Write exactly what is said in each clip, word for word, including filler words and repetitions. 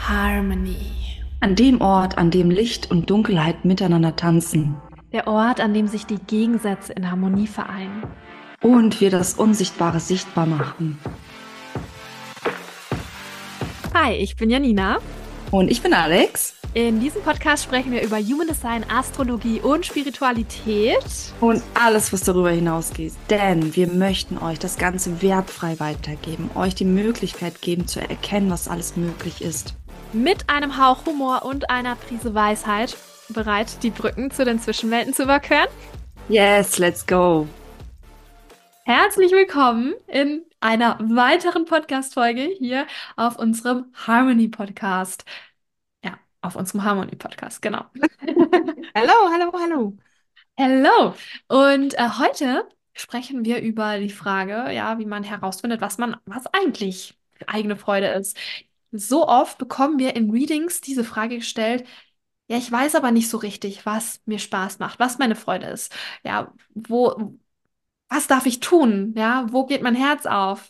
Harmony. An dem Ort, an dem Licht und Dunkelheit miteinander tanzen Der Ort, an dem sich die Gegensätze in Harmonie vereinen. und wir das Unsichtbare sichtbar machen. Hi, ich bin Janina. Und ich bin Alex. In diesem Podcast sprechen wir über Human Design, Astrologie und Spiritualität. Und alles, was darüber hinausgeht. Denn wir möchten euch das Ganze wertfrei weitergeben, euch die Möglichkeit geben, zu erkennen, was alles möglich ist. Mit einem Hauch Humor und einer Prise Weisheit. Bereit, die Brücken zu den Zwischenwelten zu überqueren? Yes, let's go. Herzlich willkommen in einer weiteren Podcast-Folge hier auf unserem Harmony-Podcast. Ja, auf unserem Harmony-Podcast, genau. Hallo, hallo, hallo. Hello! Und äh, heute sprechen wir über die Frage, ja, wie man herausfindet, was man, was eigentlich eigene Freude ist. So oft bekommen wir in Readings diese Frage gestellt, ja, ich weiß aber nicht so richtig, was mir Spaß macht, was meine Freude ist. Ja, wo, was darf ich tun? Ja, wo geht mein Herz auf?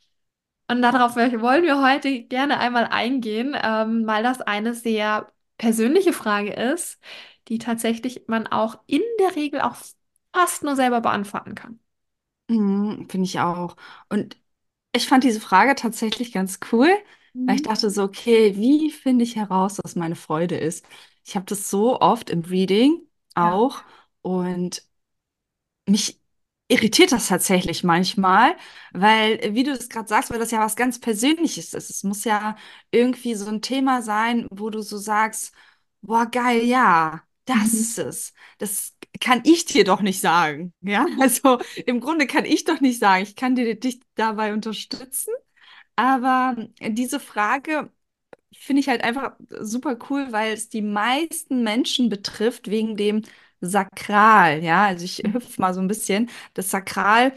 Und darauf wollen wir heute gerne einmal eingehen, ähm, weil das eine sehr persönliche Frage ist, die tatsächlich man auch in der Regel auch fast nur selber beantworten kann. Mhm, finde ich auch. Und ich fand diese Frage tatsächlich ganz cool, weil ich Mhm. dachte so, okay, wie finde ich heraus, was meine Freude ist? Ich habe das so oft im Reading Ja. auch und mich irritiert das tatsächlich manchmal, weil, äh, wie du es gerade sagst, weil das ja was ganz Persönliches ist. Es muss ja irgendwie so ein Thema sein, wo du so sagst, boah, geil, ja, das Mhm. ist es. Das kann ich dir doch nicht sagen. Ja, also im Grunde kann ich doch nicht sagen, ich kann dir dich dabei unterstützen. Aber diese Frage finde ich halt einfach super cool, weil es die meisten Menschen betrifft wegen dem Sakral. Ja, also ich hüpfe mal so ein bisschen. Das Sakralzentrum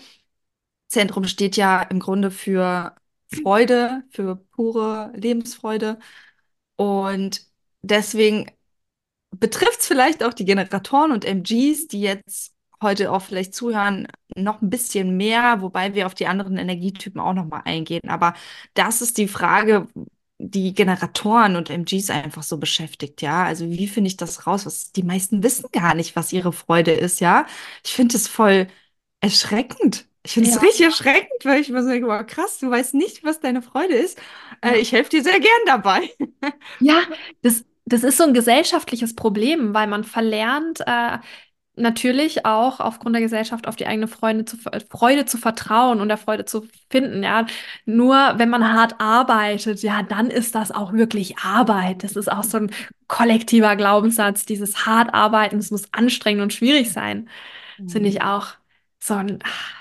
steht ja im Grunde für Freude, für pure Lebensfreude. Und deswegen betrifft es vielleicht auch die Generatoren und M Gs, die jetzt heute auch vielleicht zuhören, noch ein bisschen mehr, wobei wir auf die anderen Energietypen auch noch mal eingehen. Aber das ist die Frage, die Generatoren und M Gs einfach so beschäftigt, ja. Also wie finde ich das raus? Was die meisten wissen gar nicht, was ihre Freude ist, ja. Ich finde es voll erschreckend. Ich finde es Ja. richtig erschreckend, weil ich mir so denke, wow, krass, du weißt nicht, was deine Freude ist. Äh, Ja. ich helfe dir sehr gern dabei. Ja, das, das ist so ein gesellschaftliches Problem, weil man verlernt, äh, natürlich auch aufgrund der Gesellschaft auf die eigene Freude zu, Freude zu vertrauen und der Freude zu finden, ja. Nur wenn man hart arbeitet, ja, dann ist das auch wirklich Arbeit. Das ist auch so ein kollektiver Glaubenssatz, dieses hart arbeiten, es muss anstrengend und schwierig sein, finde ich Mhm. auch so ein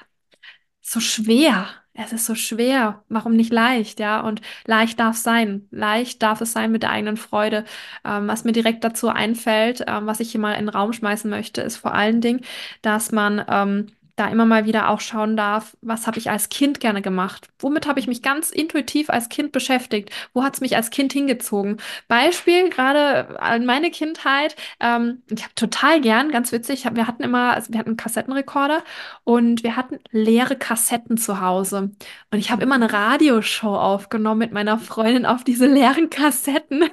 so schwer. Es ist so schwer. Warum nicht leicht, ja? Und leicht darf es sein. Leicht darf es sein mit der eigenen Freude. Ähm, was mir direkt dazu einfällt, ähm, was ich hier mal in den Raum schmeißen möchte, ist vor allen Dingen, dass man ähm, da immer mal wieder auch schauen darf, was habe ich als Kind gerne gemacht? Womit habe ich mich ganz intuitiv als Kind beschäftigt? Wo hat es mich als Kind hingezogen? Beispiel, gerade an meine Kindheit. Ähm, ich habe total gern, ganz witzig, ich hab, wir hatten immer, also wir hatten einen Kassettenrekorder und wir hatten leere Kassetten zu Hause. Und ich habe immer eine Radioshow aufgenommen mit meiner Freundin auf diese leeren Kassetten.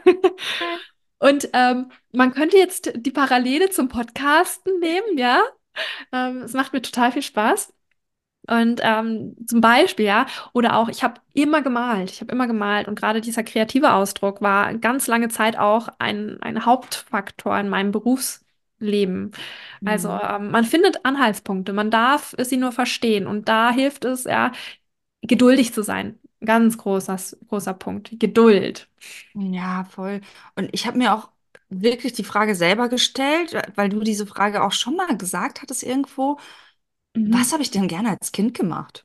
Und ähm, man könnte jetzt die Parallele zum Podcasten nehmen, ja. Ähm, es macht mir total viel Spaß. Und ähm, zum Beispiel, ja, oder auch, ich habe immer gemalt. Ich habe immer gemalt. Und gerade dieser kreative Ausdruck war ganz lange Zeit auch ein, ein Hauptfaktor in meinem Berufsleben. Also Mhm. ähm, man findet Anhaltspunkte, man darf sie nur verstehen. Und da hilft es, ja, geduldig zu sein. Ganz großer, großer Punkt. Geduld. Ja, voll. Und ich habe mir auch wirklich die Frage selber gestellt, weil du diese Frage auch schon mal gesagt hattest irgendwo. Mhm. Was habe ich denn gerne als Kind gemacht?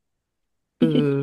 Äh.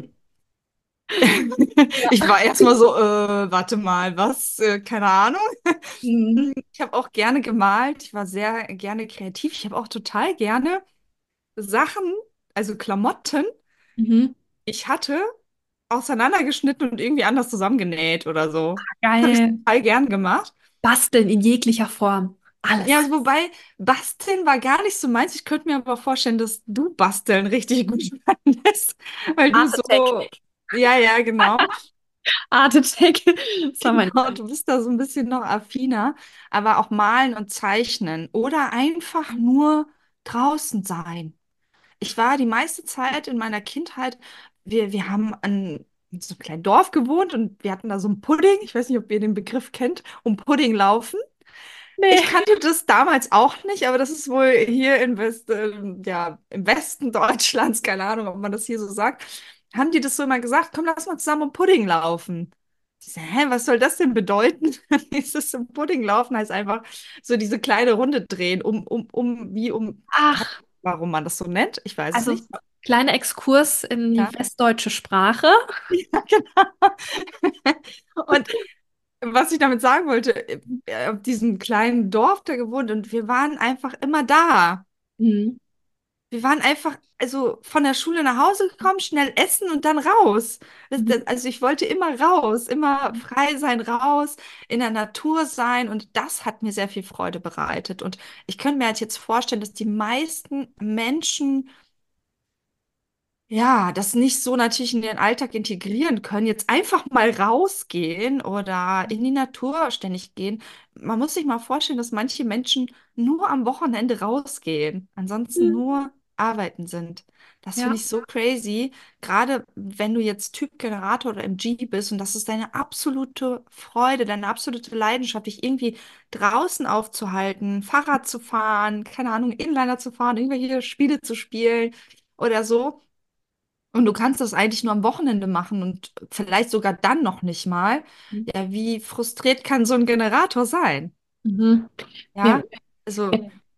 Ich war erstmal so, äh, warte mal, was? Äh, keine Ahnung. Mhm. Ich habe auch gerne gemalt. Ich war sehr gerne kreativ. Ich habe auch total gerne Sachen, also Klamotten, Mhm. ich hatte, auseinandergeschnitten und irgendwie anders zusammengenäht oder so. Das habe ich Geil. total gern gemacht. Basteln in jeglicher Form. Ja, Alles. also wobei Basteln war gar nicht so meins. Ich könnte mir aber vorstellen, dass du Basteln richtig gut fandest, weil du so, Harte Technik. ja, ja, genau. Art Attack. Das war mein Genau, Lieblings. du bist da so ein bisschen noch affiner, aber auch malen und zeichnen oder einfach nur draußen sein. Ich war die meiste Zeit in meiner Kindheit, wir, wir haben an in so einem kleinen Dorf gewohnt und wir hatten da so einen Pudding. Ich weiß nicht, ob ihr den Begriff kennt, um Pudding laufen. Nee. Ich kannte das damals auch nicht, aber das ist wohl hier in West, ähm, ja, im Westen Deutschlands, keine Ahnung, ob man das hier so sagt, haben die das so immer gesagt, komm, lass mal zusammen um Pudding laufen. Ich so, hä, was soll das denn bedeuten? Dieses um Pudding laufen heißt einfach so diese kleine Runde drehen, um, um, um, wie um, keine Ach, Ahnung, warum man das so nennt, ich weiß es also nicht. kleiner Exkurs in die Ja, westdeutsche Sprache. ja, genau. Und was ich damit sagen wollte, äh, auf diesem kleinen Dorf da gewohnt und wir waren einfach immer da. Mhm. Wir waren einfach, also von der Schule nach Hause gekommen, schnell essen und dann raus. Das, Mhm. das, also ich wollte immer raus, immer frei sein, raus, in der Natur sein und das hat mir sehr viel Freude bereitet. Und ich könnte mir halt jetzt vorstellen, dass die meisten Menschen ja, das nicht so natürlich in den Alltag integrieren können, jetzt einfach mal rausgehen oder in die Natur ständig gehen. Man muss sich mal vorstellen, dass manche Menschen nur am Wochenende rausgehen, ansonsten Mhm. nur arbeiten sind. Das finde Ja. ich so crazy, gerade wenn du jetzt Typ Generator oder M G bist und das ist deine absolute Freude, deine absolute Leidenschaft, dich irgendwie draußen aufzuhalten, Fahrrad zu fahren, keine Ahnung, Inliner zu fahren, irgendwelche Spiele zu spielen oder so. Und du kannst das eigentlich nur am Wochenende machen und vielleicht sogar dann noch nicht mal. Ja, wie frustriert kann so ein Generator sein? Mhm. Ja, Mir, also,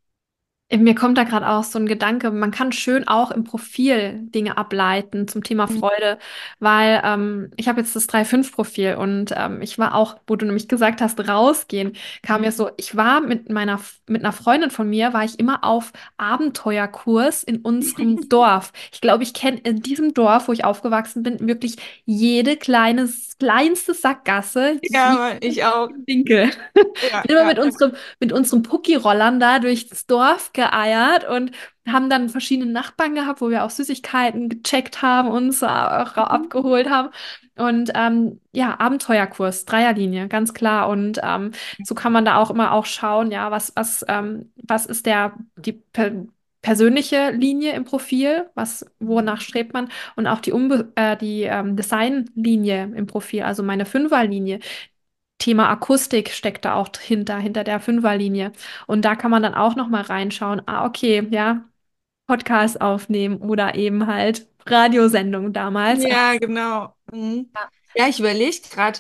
Mir kommt da gerade auch so ein Gedanke, man kann schön auch im Profil Dinge ableiten zum Thema mm, Freude, weil ähm, ich habe jetzt das drei fünf Profil und ähm, ich war auch, wo du nämlich gesagt hast, rausgehen, kam mir so, ich war mit meiner, mit einer Freundin von mir, war ich immer auf Abenteuerkurs in unserem Dorf. Ich glaube, ich kenne in diesem Dorf, wo ich aufgewachsen bin, wirklich jede kleine, kleinste Sackgasse, ja, jeden Mann, ich auch. Winkel. Ja, Immer ja, mit ja. unserem, mit unserem Pucki-Rollern da durchs Dorf geeiert und haben dann verschiedene Nachbarn gehabt, wo wir auch Süßigkeiten gecheckt haben, uns äh, auch Mhm. abgeholt haben. Und ähm, ja, Abenteuerkurs, Dreierlinie, ganz klar. Und ähm, so kann man da auch immer auch schauen, ja, was, was, ähm, was ist der, die per persönliche Linie im Profil, was, wonach strebt man? Und auch die, Umbe äh, die ähm, Designlinie im Profil, also meine Fünferlinie. Thema Akustik steckt da auch hinter, hinter der Fünferlinie. Und da kann man dann auch noch mal reinschauen. Ah, okay, ja, Podcast aufnehmen oder eben halt Radiosendung damals. Ja, genau. Mhm. Ja. Ja, ich überlege gerade,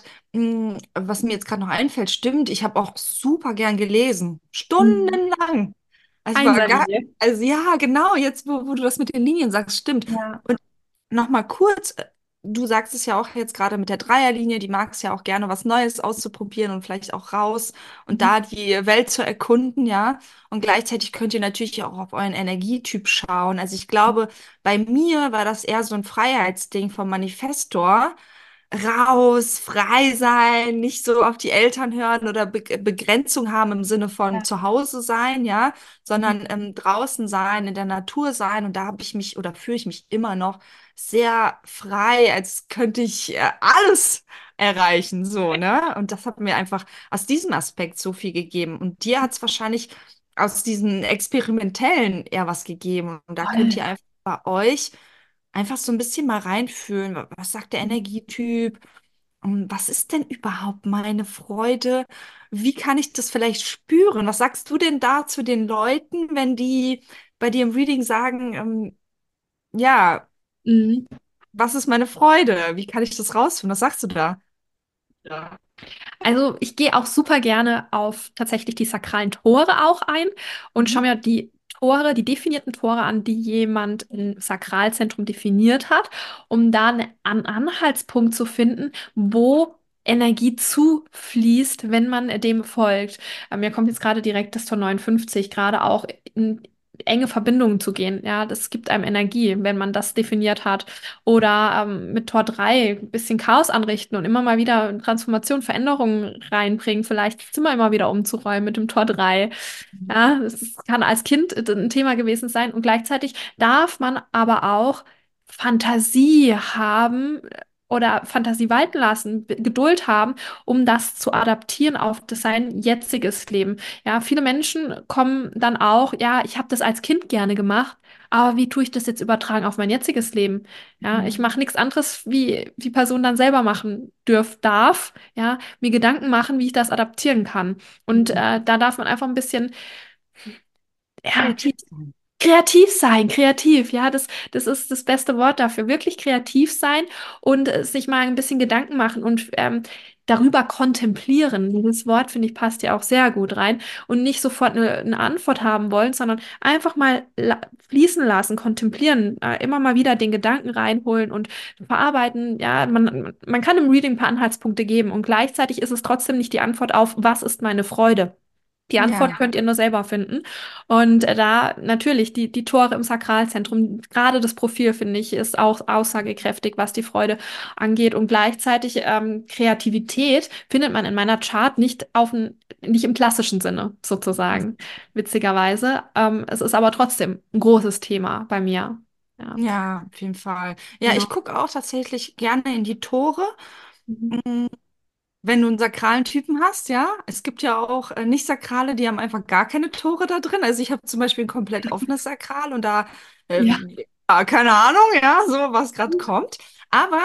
was mir jetzt gerade noch einfällt. Stimmt, ich habe auch super gern gelesen. Mhm. Stundenlang. Also ich war gar, Einserlinie. also ja, genau, jetzt, wo, wo du das mit den Linien sagst, stimmt. Ja. Und nochmal kurz, äh, du sagst es ja auch jetzt gerade mit der Dreierlinie, die magst ja auch gerne was Neues auszuprobieren und vielleicht auch raus und Mhm. da die Welt zu erkunden, ja. Und gleichzeitig könnt ihr natürlich auch auf euren Energietyp schauen. Also ich glaube, bei mir war das eher so ein Freiheitsding vom Manifestor raus, frei sein, nicht so auf die Eltern hören oder Be Begrenzung haben im Sinne von Ja. zu Hause sein, ja, Mhm. sondern ähm, draußen sein, in der Natur sein. Und da habe ich mich oder fühle ich mich immer noch sehr frei, als könnte ich äh, alles erreichen, so, ne? Und das hat mir einfach aus diesem Aspekt so viel gegeben. Und dir hat es wahrscheinlich aus diesen Experimentellen eher was gegeben. Und da könnt Voll. ihr einfach bei euch einfach so ein bisschen mal reinfühlen. wa- Was sagt der Energietyp? Und was ist denn überhaupt meine Freude? Wie kann ich das vielleicht spüren? Was sagst du denn da zu den Leuten, wenn die bei dir im Reading sagen, ähm, ja, Mhm. was ist meine Freude? Wie kann ich das rausfinden? Was sagst du da? Ja. Also ich gehe auch super gerne auf tatsächlich die sakralen Tore auch ein und Mhm. schaue mir die Tore, die definierten Tore an, die jemand im Sakralzentrum definiert hat, um da eine- einen Anhaltspunkt zu finden, wo Energie zufließt, wenn man dem folgt. Äh, mir kommt jetzt gerade direkt das Tor neunundfünfzig, gerade auch in enge Verbindungen zu gehen. Ja, das gibt einem Energie, wenn man das definiert hat. Oder ähm, mit Tor drei ein bisschen Chaos anrichten und immer mal wieder Transformation, Veränderungen reinbringen, vielleicht das Zimmer immer wieder umzuräumen mit dem Tor drei. Ja, das ist, kann als Kind ein Thema gewesen sein. Und gleichzeitig darf man aber auch Fantasie haben, oder Fantasie walten lassen, B- Geduld haben, um das zu adaptieren auf das sein jetziges Leben. Ja, viele Menschen kommen dann auch, ja, ich habe das als Kind gerne gemacht, aber wie tue ich das jetzt übertragen auf mein jetziges Leben? Ja, ich Mhm. mache nichts anderes, wie die Person dann selber machen dürf, darf, ja, mir Gedanken machen, wie ich das adaptieren kann. Und Mhm. äh, da darf man einfach ein bisschen, ja, Kreativ sein. kreativ sein, kreativ, ja, das, das ist das beste Wort dafür. Wirklich kreativ sein und äh, sich mal ein bisschen Gedanken machen und ähm, darüber kontemplieren. Dieses Wort, finde ich, passt ja auch sehr gut rein. Und nicht sofort eine, eine Antwort haben wollen, sondern einfach mal la fließen lassen, kontemplieren, äh, immer mal wieder den Gedanken reinholen und verarbeiten. Ja, man, man kann im Reading ein paar Anhaltspunkte geben und gleichzeitig ist es trotzdem nicht die Antwort auf, was ist meine Freude? Die Antwort Ja, könnt ihr nur selber finden. Und äh, da natürlich die, die Tore im Sakralzentrum, gerade das Profil, finde ich, ist auch aussagekräftig, was die Freude angeht. Und gleichzeitig ähm, Kreativität findet man in meiner Chart nicht auf ein, nicht im klassischen Sinne, sozusagen, witzigerweise. Ähm, es ist aber trotzdem ein großes Thema bei mir. Ja, ja, auf jeden Fall. Ja, ich genau. gucke auch tatsächlich gerne in die Tore. Mhm. Mm, Wenn du einen sakralen Typen hast, ja. Es gibt ja auch äh, nicht-sakrale, die haben einfach gar keine Tore da drin. Also ich habe zum Beispiel ein komplett offenes Sakral und da, Ja. ähm, ja, keine Ahnung, ja, so was gerade kommt. Aber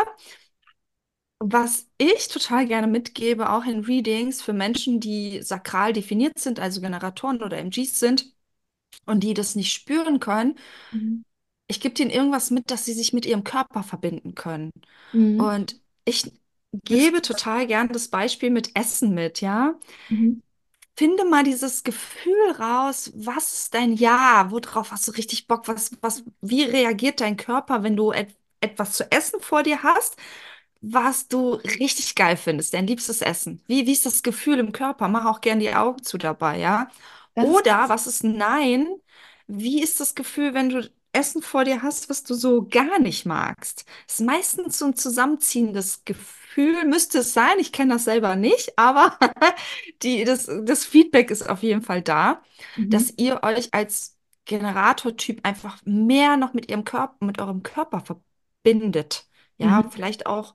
was ich total gerne mitgebe, auch in Readings für Menschen, die sakral definiert sind, also Generatoren oder M Gs sind und die das nicht spüren können, Mhm. ich gebe denen irgendwas mit, dass sie sich mit ihrem Körper verbinden können. Mhm. Und ich Willst gebe total gern das Beispiel mit Essen mit, ja. Mhm. Finde mal dieses Gefühl raus, was ist dein Ja, worauf hast du richtig Bock, was, was, wie reagiert dein Körper, wenn du et etwas zu essen vor dir hast, was du richtig geil findest, dein liebstes Essen. Wie, wie ist das Gefühl im Körper? Mach auch gern die Augen zu dabei, ja. Das ist Oder was ist Nein? Wie ist das Gefühl, wenn du Essen vor dir hast, was du so gar nicht magst? Es ist meistens so ein zusammenziehendes Gefühl, müsste es sein. Ich kenne das selber nicht, aber die, das, das Feedback ist auf jeden Fall da, mhm. dass ihr euch als Generatortyp einfach mehr noch mit ihrem Körper, mit eurem Körper verbindet. Ja, Mhm. vielleicht auch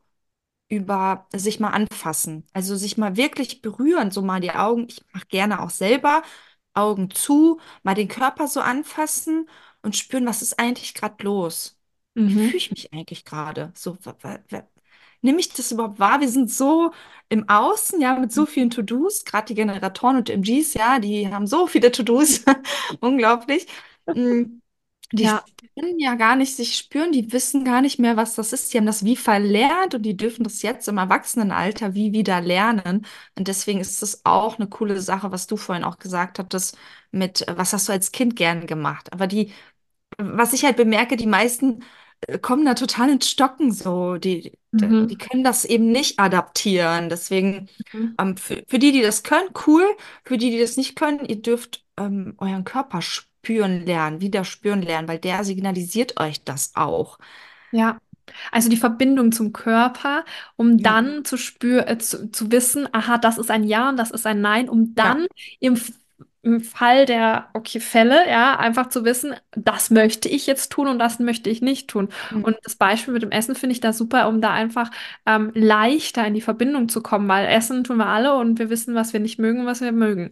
über sich mal anfassen. Also sich mal wirklich berühren, so mal die Augen. Ich mache gerne auch selber Augen zu, mal den Körper so anfassen und spüren, was ist eigentlich gerade los? Wie fühle Mhm. ich mich eigentlich gerade? So, wa- wa- wa- nehme ich das überhaupt wahr? Wir sind so im Außen, ja, mit so vielen To-Dos, gerade die Generatoren und M Gs, ja, die haben so viele To-Dos, unglaublich. Mm, Die Ja. können ja gar nicht sich spüren, die wissen gar nicht mehr, was das ist. Die haben das wie verlernt und die dürfen das jetzt im Erwachsenenalter wie wieder lernen. Und deswegen ist es auch eine coole Sache, was du vorhin auch gesagt hattest, mit, äh, was hast du als Kind gern gemacht? Aber die, was ich halt bemerke, die meisten äh, kommen da total ins Stocken so. Die, die, die Mhm. können das eben nicht adaptieren. Deswegen, Mhm. ähm, für, für die, die das können, cool. Für die, die das nicht können, ihr dürft ähm, euren Körper spüren lernen, wieder spüren lernen, weil der signalisiert euch das auch. Ja, also die Verbindung zum Körper, um Ja, dann zu spür äh, zu, zu wissen, aha, das ist ein Ja und das ist ein Nein, um ja. dann im, F- im Fall der, okay, Fälle, ja, einfach zu wissen, das möchte ich jetzt tun und das möchte ich nicht tun. Hm. Und das Beispiel mit dem Essen finde ich da super, um da einfach ähm, leichter in die Verbindung zu kommen, weil Essen tun wir alle und wir wissen, was wir nicht mögen und was wir mögen.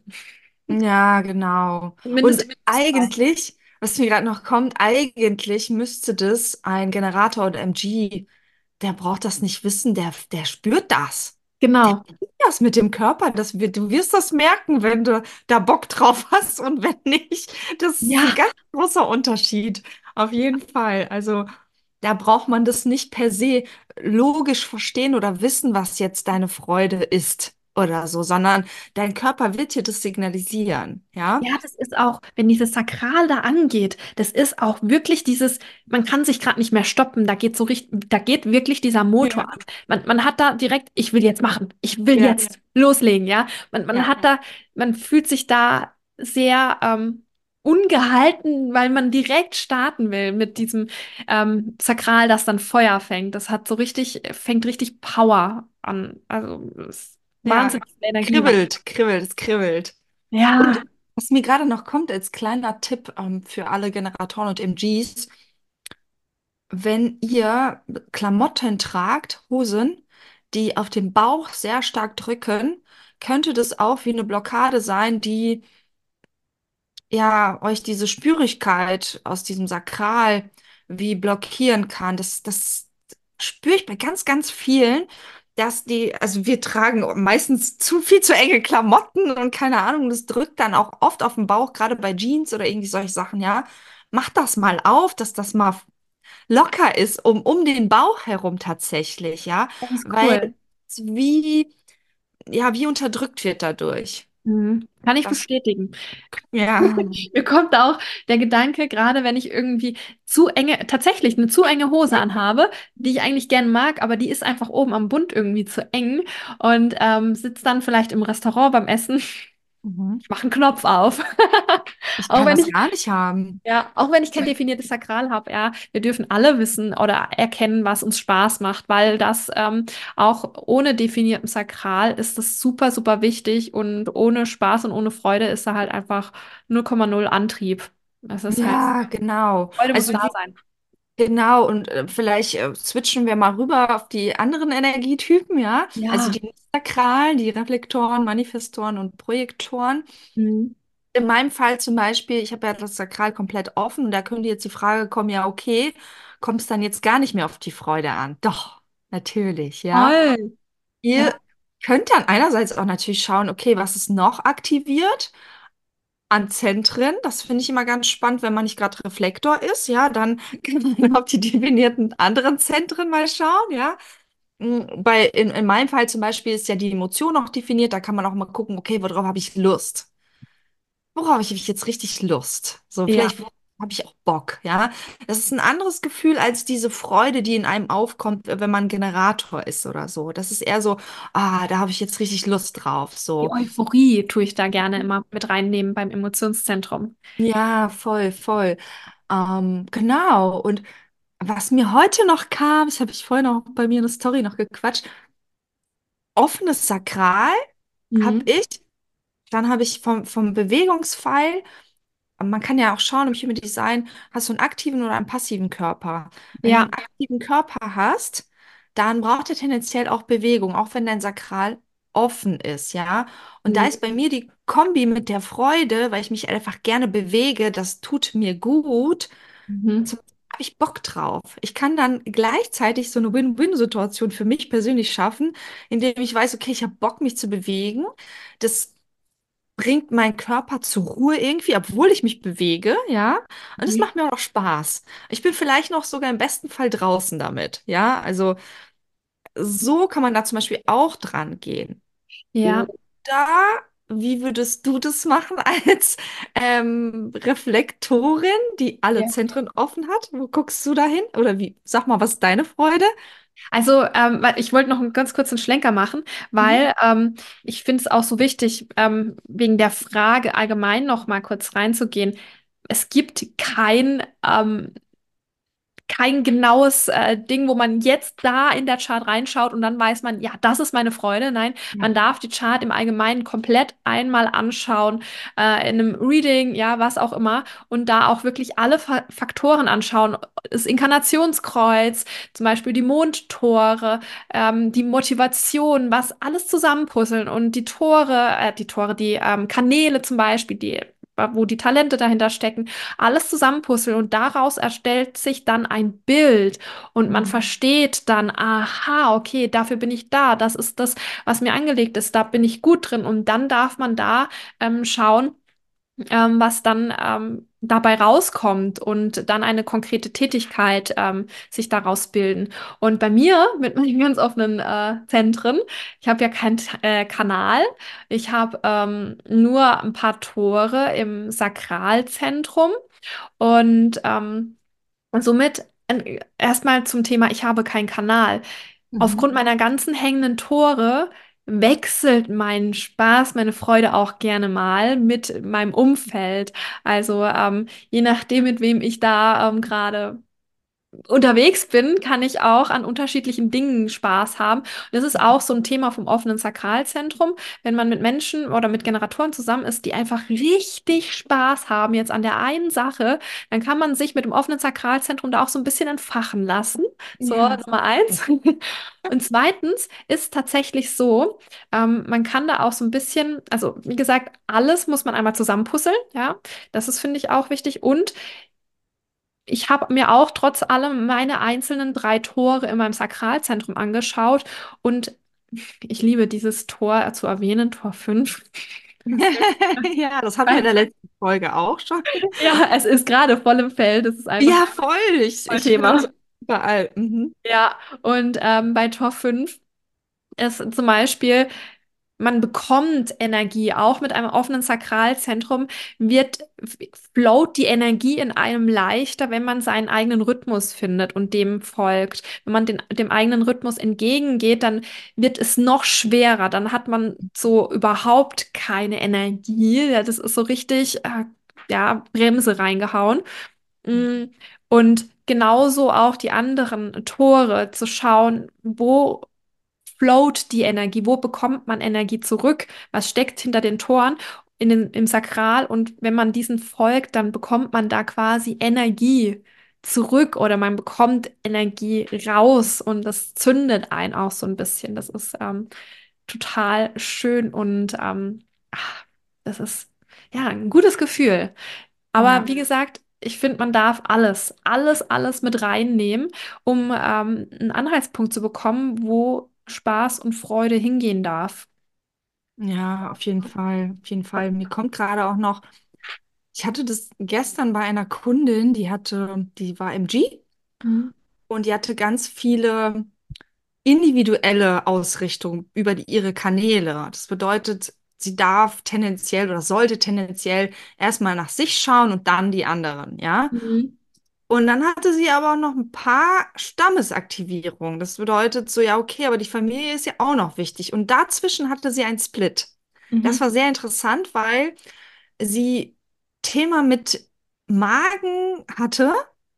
Ja, genau. Mindest, Und mindestens zwei. eigentlich, was mir gerade noch kommt, eigentlich müsste das ein Generator oder M G, der braucht das nicht wissen, der, der spürt das. Der Genau. spürt das mit dem Körper. Das wird, du wirst das merken, wenn du da Bock drauf hast und wenn nicht. Das ist ein Ja. ganz großer Unterschied. Auf jeden Fall. Also da braucht man das nicht per se logisch verstehen oder wissen, was jetzt deine Freude ist oder so, sondern dein Körper wird dir das signalisieren. Ja? Ja, das ist auch, wenn dieses Sakral da angeht, das ist auch wirklich dieses, man kann sich gerade nicht mehr stoppen, da geht so richtig, da geht wirklich dieser Motor Ja, an. Man, man hat da direkt, ich will jetzt machen, ich will ja, jetzt loslegen, ja. Man, man ja. hat da, man fühlt sich da sehr ähm, ungehalten, weil man direkt starten will mit diesem ähm, Sakral, das dann Feuer fängt. Das hat so richtig, fängt richtig Power an. Also, es ist Ja, wahnsinnig viel Energie. Was- kribbelt, kribbelt, es kribbelt. Und Ja. was mir gerade noch kommt als kleiner Tipp ähm, für alle Generatoren und M Gs, wenn ihr Klamotten tragt, Hosen, die auf den Bauch sehr stark drücken, könnte das auch wie eine Blockade sein, die ja euch diese Spürigkeit aus diesem Sakral wie blockieren kann. Das, das spüre ich bei ganz, ganz vielen, dass die, also wir tragen meistens zu viel zu enge Klamotten und keine Ahnung, das drückt dann auch oft auf den Bauch, gerade bei Jeans oder irgendwie solche Sachen, ja. Macht das mal auf, dass das mal locker ist, um, um den Bauch herum tatsächlich, ja, Das ist weil cool. es wie, ja, wie unterdrückt wird dadurch. Mhm. Kann ich Das, bestätigen. ja. Mir kommt auch der Gedanke, gerade wenn ich irgendwie zu enge, tatsächlich eine zu enge Hose anhabe, die ich eigentlich gern mag, aber die ist einfach oben am Bund irgendwie zu eng und ähm, sitzt dann vielleicht im Restaurant beim Essen. Mhm. Ich mache einen Knopf auf. Ich Auch kann wenn das ich gar nicht haben. Ja, auch wenn ich kein definiertes Sakral habe, ja, wir dürfen alle wissen oder erkennen, was uns Spaß macht, weil das ähm, auch ohne definiertem Sakral ist das super, super wichtig und ohne Spaß und ohne Freude ist da halt einfach null Komma null Antrieb. Das ist halt, Ja, genau. Freude muss Also da wie, sein. genau, und äh, vielleicht äh, switchen wir mal rüber auf die anderen Energietypen, ja. Also Ja. die Sakralen, die Reflektoren, Manifestoren und Projektoren. Mhm. In meinem Fall zum Beispiel, ich habe ja das Sakral komplett offen und da könnte jetzt die Frage kommen, ja, okay, kommt es dann jetzt gar nicht mehr auf die Freude an? Doch, natürlich, ja. Toll. Ja, Ihr könnt dann einerseits auch natürlich schauen, okay, was ist noch aktiviert an Zentren? Das finde ich immer ganz spannend, wenn man nicht gerade Reflektor ist, ja, dann kann man auf die definierten anderen Zentren mal schauen, ja. Mm, Bei, in, in meinem Fall zum Beispiel ist ja die Emotion noch definiert, da kann man auch mal gucken, okay, worauf habe ich Lust? Worauf habe ich jetzt richtig Lust? So, ja. vielleicht habe ich auch Bock, ja. Das ist ein anderes Gefühl als diese Freude, die in einem aufkommt, wenn man Generator ist oder so. Das ist eher so, ah, da habe ich jetzt richtig Lust drauf, Die so. Euphorie tue ich da gerne immer mit reinnehmen beim Emotionszentrum. Ja, voll, voll. Ähm, genau. Und was mir heute noch kam, das habe ich vorhin auch bei mir in der Story noch gequatscht, offenes Sakral habe Mhm. ich. Dann habe ich vom, vom Bewegungspfeil. Man kann ja auch schauen im Human Design, hast du einen aktiven oder einen passiven Körper? Wenn du Ja. einen aktiven Körper hast, dann braucht er tendenziell auch Bewegung, auch wenn dein Sakral offen ist, ja. Und da Mhm. ist bei mir die Kombi mit der Freude, weil ich mich einfach gerne bewege, das tut mir gut. Mhm. Zum habe ich Bock drauf. Ich kann dann gleichzeitig so eine Win-Win-Situation für mich persönlich schaffen, indem ich weiß, okay, ich habe Bock, mich zu bewegen. Das bringt meinen Körper zur Ruhe irgendwie, obwohl ich mich bewege, ja. Und es Mhm. macht mir auch Spaß. Ich bin vielleicht noch sogar im besten Fall draußen damit, ja. Also so kann man da zum Beispiel auch dran gehen. Ja. Oder wie würdest du das machen als ähm, Reflektorin, die alle Ja. Zentren offen hat? Wo guckst du da hin? Oder wie? Sag mal, was ist deine Freude? Also, ähm, weil ich wollte noch einen ganz kurzen Schlenker machen, Mhm. weil ähm, ich finde es auch so wichtig, ähm, wegen der Frage allgemein noch mal kurz reinzugehen. Es gibt kein ähm, kein genaues äh, Ding, wo man jetzt da in der Chart reinschaut und dann weiß man, ja, das ist meine Freude. Nein, Ja. man darf die Chart im Allgemeinen komplett einmal anschauen, äh, in einem Reading, ja, was auch immer, und da auch wirklich alle Fa Faktoren anschauen. Das Inkarnationskreuz, zum Beispiel die Mondtore, ähm, die Motivation, was alles zusammenpuzzeln und die Tore, äh, die Tore, die ähm, Kanäle zum Beispiel, die wo die Talente dahinter stecken, alles zusammenpuzzeln und daraus erstellt sich dann ein Bild und man Mhm. versteht dann, aha, okay, dafür bin ich da, das ist das, was mir angelegt ist, da bin ich gut drin und dann darf man da ähm, schauen, ähm, was dann ähm, dabei rauskommt und dann eine konkrete Tätigkeit ähm, sich daraus bilden. Und bei mir mit meinen ganz offenen äh, Zentren, ich habe ja keinen äh, Kanal, ich habe ähm, nur ein paar Tore im Sakralzentrum und ähm, somit äh, erstmal zum Thema, ich habe keinen Kanal. Mhm. Aufgrund meiner ganzen hängenden Tore wechselt mein Spaß, meine Freude auch gerne mal mit meinem Umfeld. Also ähm, je nachdem, mit wem ich da ähm, gerade unterwegs bin, kann ich auch an unterschiedlichen Dingen Spaß haben. Und das ist auch so ein Thema vom offenen Sakralzentrum. Wenn man mit Menschen oder mit Generatoren zusammen ist, die einfach richtig Spaß haben jetzt an der einen Sache, dann kann man sich mit dem offenen Sakralzentrum da auch so ein bisschen entfachen lassen. So, Ja. Nummer eins. Und zweitens ist tatsächlich so, ähm, man kann da auch so ein bisschen, also wie gesagt, alles muss man einmal zusammenpuzzeln, ja. Das ist, finde ich, auch wichtig. Und ich habe mir auch trotz allem meine einzelnen drei Tore in meinem Sakralzentrum angeschaut und ich liebe dieses Tor zu erwähnen, Tor fünf. Ja, das hatten wir in Weil, der letzten Folge auch schon. ja, es ist gerade voll im Feld, das ist einfach Ja, voll. Ich, voll ich höre Thema. das überall. Mhm. Ja, und ähm, bei Tor fünf ist zum Beispiel, man bekommt Energie, auch mit einem offenen Sakralzentrum wird, float die Energie in einem leichter, wenn man seinen eigenen Rhythmus findet und dem folgt. Wenn man den, dem eigenen Rhythmus entgegengeht, dann wird es noch schwerer. Dann hat man so überhaupt keine Energie. Ja, das ist so richtig, äh, ja, Bremse reingehauen. Mm, Und genauso auch die anderen Tore zu schauen, wo float die Energie? Wo bekommt man Energie zurück? Was steckt hinter den Toren in den, im Sakral? Und wenn man diesen folgt, dann bekommt man da quasi Energie zurück oder man bekommt Energie raus und das zündet einen auch so ein bisschen. Das ist ähm, total schön und ähm, ach, das ist ja ein gutes Gefühl. Aber Ja. wie gesagt, ich finde, man darf alles, alles, alles mit reinnehmen, um ähm, einen Anhaltspunkt zu bekommen, wo Spaß und Freude hingehen darf. Ja, auf jeden Fall. Auf jeden Fall. Mir kommt gerade auch noch, ich hatte das gestern bei einer Kundin, die hatte, die war M G Mhm. und die hatte ganz viele individuelle Ausrichtung über die, ihre Kanäle. Das bedeutet, sie darf tendenziell oder sollte tendenziell erstmal nach sich schauen und dann die anderen, ja. Mhm. Und dann hatte sie aber auch noch ein paar Stammesaktivierungen. Das bedeutet so, ja, okay, aber die Familie ist ja auch noch wichtig. Und dazwischen hatte sie einen Split. Das Mhm. war sehr interessant, weil sie Thema mit Magen hatte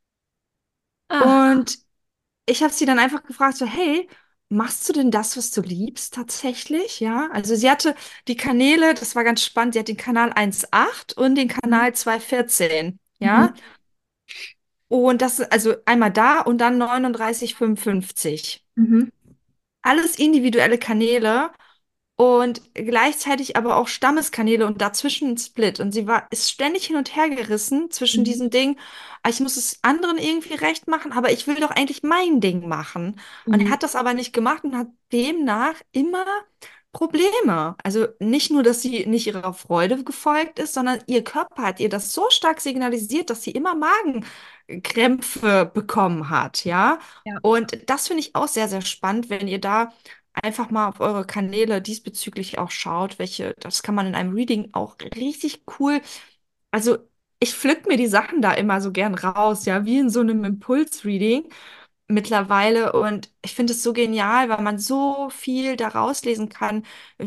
Ah. und ich habe sie dann einfach gefragt, so, hey, machst du denn das, was du liebst, tatsächlich? Ja, also sie hatte die Kanäle, das war ganz spannend, sie hat den Kanal eins Komma acht und den Mhm. Kanal zwei Komma vierzehn, ja. Mhm. Und das, also einmal da und dann neununddreißig Komma fünfundfünfzig. Mhm. Alles individuelle Kanäle und gleichzeitig aber auch Stammeskanäle und dazwischen ein Split. Und sie war, ist ständig hin und her gerissen zwischen Mhm. diesen Dingen, ah, ich muss es anderen irgendwie recht machen, aber ich will doch eigentlich mein Ding machen. Und er Mhm. hat das aber nicht gemacht und hat demnach immer Probleme. Also nicht nur, dass sie nicht ihrer Freude gefolgt ist, sondern ihr Körper hat ihr das so stark signalisiert, dass sie immer Magenkrämpfe bekommen hat, ja. Ja. Und das finde ich auch sehr, sehr spannend, wenn ihr da einfach mal auf eure Kanäle diesbezüglich auch schaut, welche, das kann man in einem Reading auch richtig cool. Also ich pflück mir die Sachen da immer so gern raus, ja, wie in so einem Impuls-Reading mittlerweile. Und ich finde es so genial, weil man so viel da rauslesen kann,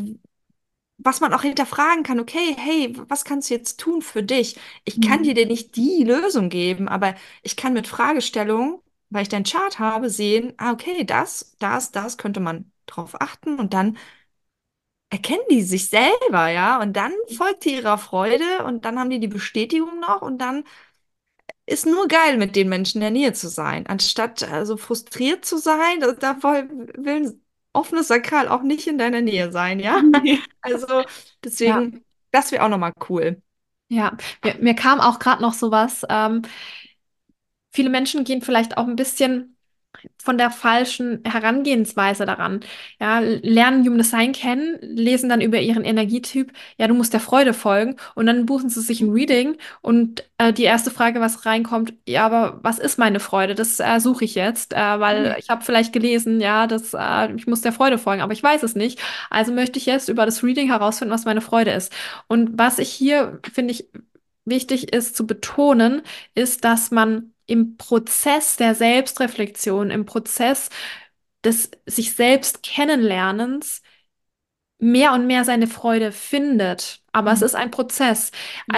was man auch hinterfragen kann. Okay, hey, was kannst du jetzt tun für dich? Ich kann Mhm. dir denn nicht die Lösung geben, aber ich kann mit Fragestellungen, weil ich deinen Chart habe, sehen, ah, okay, das, das, das könnte man drauf achten und dann erkennen die sich selber, ja, und dann folgt die ihrer Freude und dann haben die die Bestätigung noch und dann ist nur geil, mit den Menschen in der Nähe zu sein, anstatt also frustriert zu sein, da, da voll- will ein offenes Sakral auch nicht in deiner Nähe sein, ja. Also Ja, deswegen, das wäre auch nochmal cool. ja. Mir, mir kam auch gerade noch sowas. Ähm, viele Menschen gehen vielleicht auch ein bisschen von der falschen Herangehensweise daran. Ja, lernen Human Design kennen, lesen dann über ihren Energietyp, ja, du musst der Freude folgen und dann buchen sie sich ein Reading und äh, die erste Frage, was reinkommt, ja, aber was ist meine Freude? Das äh, suche ich jetzt, äh, weil ich habe vielleicht gelesen, ja, dass äh, ich muss der Freude folgen, aber ich weiß es nicht. Also möchte ich jetzt über das Reading herausfinden, was meine Freude ist. Und was ich hier, finde ich, wichtig ist zu betonen, ist, dass man im Prozess der Selbstreflexion, im Prozess des sich selbst Kennenlernens mehr und mehr seine Freude findet. Aber es Mhm. ist ein Prozess. Ja, Also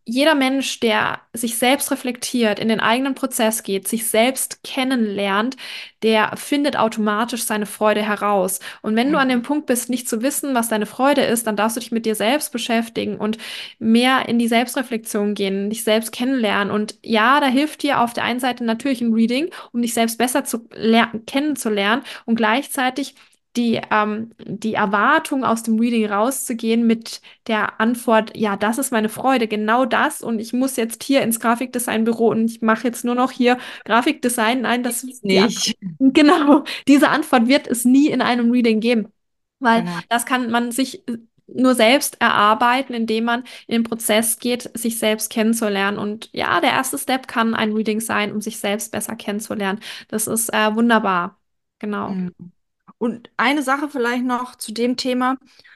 jeder Mensch, der sich selbst reflektiert, in den eigenen Prozess geht, sich selbst kennenlernt, der findet automatisch seine Freude heraus. Und wenn du Ja. an dem Punkt bist, nicht zu wissen, was deine Freude ist, dann darfst du dich mit dir selbst beschäftigen und mehr in die Selbstreflexion gehen, dich selbst kennenlernen. Und ja, da hilft dir auf der einen Seite natürlich ein Reading, um dich selbst besser zu ler- kennenzulernen und gleichzeitig die, ähm, die Erwartung aus dem Reading rauszugehen mit der Antwort, ja, das ist meine Freude, genau das. Und ich muss jetzt hier ins Grafikdesign-Büro und ich mache jetzt nur noch hier Grafikdesign. Nein, das Ist die Antwort. nicht. Genau, diese Antwort wird es nie in einem Reading geben, weil Genau. das kann man sich nur selbst erarbeiten, indem man in den Prozess geht, sich selbst kennenzulernen. Und ja, der erste Step kann ein Reading sein, um sich selbst besser kennenzulernen. Das ist äh, wunderbar. Genau. Mhm. Und eine Sache vielleicht noch zu dem Thema,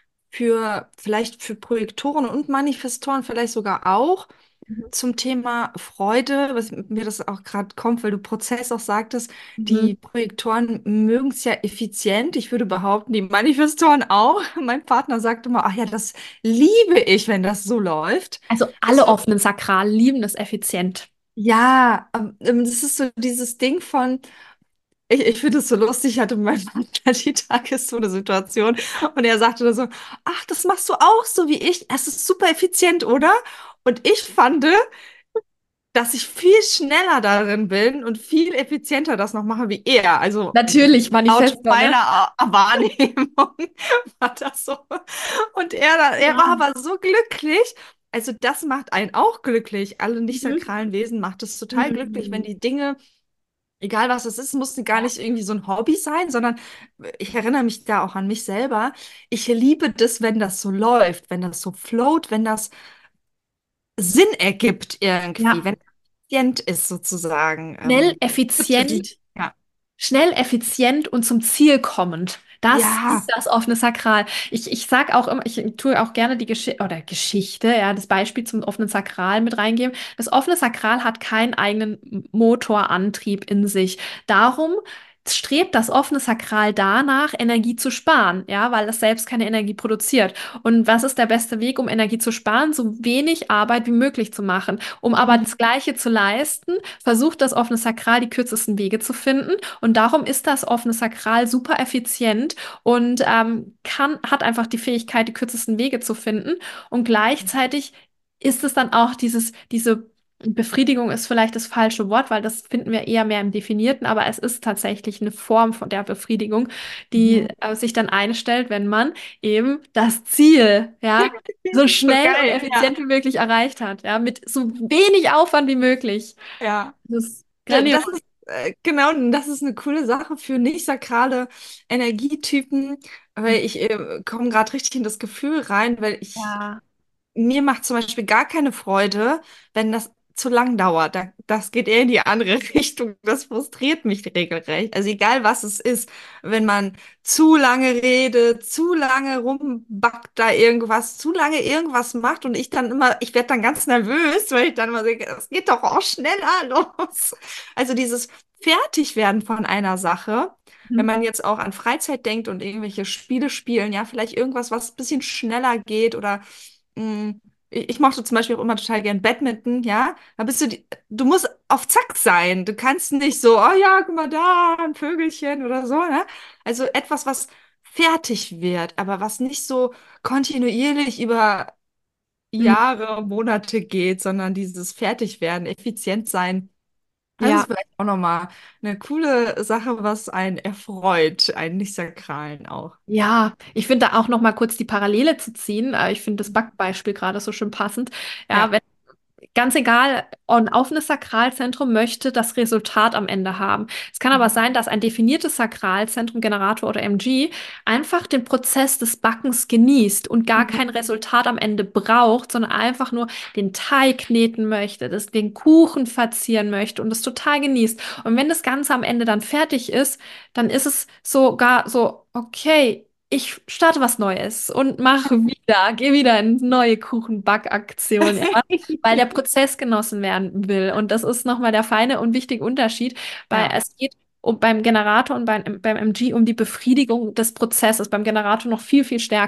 für vielleicht für Projektoren und Manifestoren vielleicht sogar auch Mhm. zum Thema Freude, was mir das auch gerade kommt, weil du Prozess auch sagtest, Mhm. die Projektoren mögen es ja effizient. Ich würde behaupten, die Manifestoren auch. Mein Partner sagt immer, ach ja, das liebe ich, wenn das so läuft. Also alle Also offenen Sakralen lieben es effizient. ja, ähm, ähm, das ist so dieses Ding von, ich, ich finde es so lustig, ich hatte mit meinem Partner die Tage so eine Situation und er sagte dann so, ach, das machst du auch so wie ich. Es ist super effizient, oder? Und ich fand, dass ich viel schneller darin bin und viel effizienter das noch mache wie er. Also Natürlich, laut Manifestor, ne? meiner Wahrnehmung war das so. Und er, er war Ja. aber so glücklich. Also das macht einen auch glücklich. Alle Mhm. nicht-sakralen Wesen macht es total glücklich, wenn Mhm. die Dinge, egal was es ist, muss gar Ja. nicht irgendwie so ein Hobby sein, sondern ich erinnere mich da auch an mich selber. Ich liebe das, wenn das so läuft, wenn das so float, wenn das Sinn ergibt irgendwie, Ja. wenn es effizient ist sozusagen. Schnell, Ähm, bitte effizient, die, ja. schnell, effizient und zum Ziel kommend. Das ist Ja. das offene Sakral. Ich, ich sage auch immer, ich tue auch gerne die Geschichte oder Geschichte, ja, das Beispiel zum offenen Sakral mit reingeben. Das offene Sakral hat keinen eigenen Motorantrieb in sich. Darum strebt das offene Sakral danach, Energie zu sparen, ja, weil es selbst keine Energie produziert. Und was ist der beste Weg, um Energie zu sparen? So wenig Arbeit wie möglich zu machen. Um aber Mhm. das Gleiche zu leisten, versucht das offene Sakral die kürzesten Wege zu finden. Und darum ist das offene Sakral super effizient und ähm, kann, hat einfach die Fähigkeit, die kürzesten Wege zu finden. Und gleichzeitig ist es dann auch dieses, diese Befriedigung ist vielleicht das falsche Wort, weil das finden wir eher mehr im Definierten, aber es ist tatsächlich eine Form von der Befriedigung, die Mhm. äh, sich dann einstellt, wenn man eben das Ziel, ja, so So schnell und geil, ja. effizient wie möglich erreicht hat, ja, mit so wenig Aufwand wie möglich. Ja. Das ist D- grandios. Das ist äh, genau, das ist eine coole Sache für nicht-sakrale Energietypen, weil ich äh, komme gerade richtig in das Gefühl rein, weil ich Ja, mir macht zum Beispiel gar keine Freude, wenn das zu lang dauert. Da, das geht eher in die andere Richtung. Das frustriert mich regelrecht. Also egal was es ist, wenn man zu lange redet, zu lange rumbackt da irgendwas, zu lange irgendwas macht und ich dann immer, ich werde dann ganz nervös, weil ich dann immer denke, es geht doch auch schneller los. Also dieses Fertigwerden von einer Sache. Wenn mhm. man jetzt auch an Freizeit denkt und irgendwelche Spiele spielen, ja, vielleicht irgendwas, was ein bisschen schneller geht oder Mm, Ich ich mochte zum Beispiel auch immer total gern Badminton, ja. Da bist du, die, du musst auf Zack sein. Du kannst nicht so, oh ja, guck mal da, ein Vögelchen oder so, ne? Also etwas, was fertig wird, aber was nicht so kontinuierlich über Mhm. Jahre, Monate geht, sondern dieses Fertigwerden, effizient sein. Das ist Ja. vielleicht auch nochmal eine coole Sache, was einen erfreut, einen nicht-sakralen auch. Ja, ich finde da auch noch mal kurz die Parallele zu ziehen. Äh, Ich finde das Backbeispiel gerade so schön passend. Ja, Ja. wenn ganz egal, ein offenes Sakralzentrum möchte das Resultat am Ende haben. Es kann aber sein, dass ein definiertes Sakralzentrum, Generator oder M G, einfach den Prozess des Backens genießt und gar Mhm. kein Resultat am Ende braucht, sondern einfach nur den Teig kneten möchte, das, den Kuchen verzieren möchte und es total genießt. Und wenn das Ganze am Ende dann fertig ist, dann ist es sogar so, okay. Ich starte was Neues und mache wieder, gehe wieder in neue Kuchenbackaktion, ja, weil der Prozess genossen werden will. Und das ist nochmal der feine und wichtige Unterschied, weil Ja. es geht um, beim Generator und beim, beim M G um die Befriedigung des Prozesses, beim Generator noch viel, viel stärker.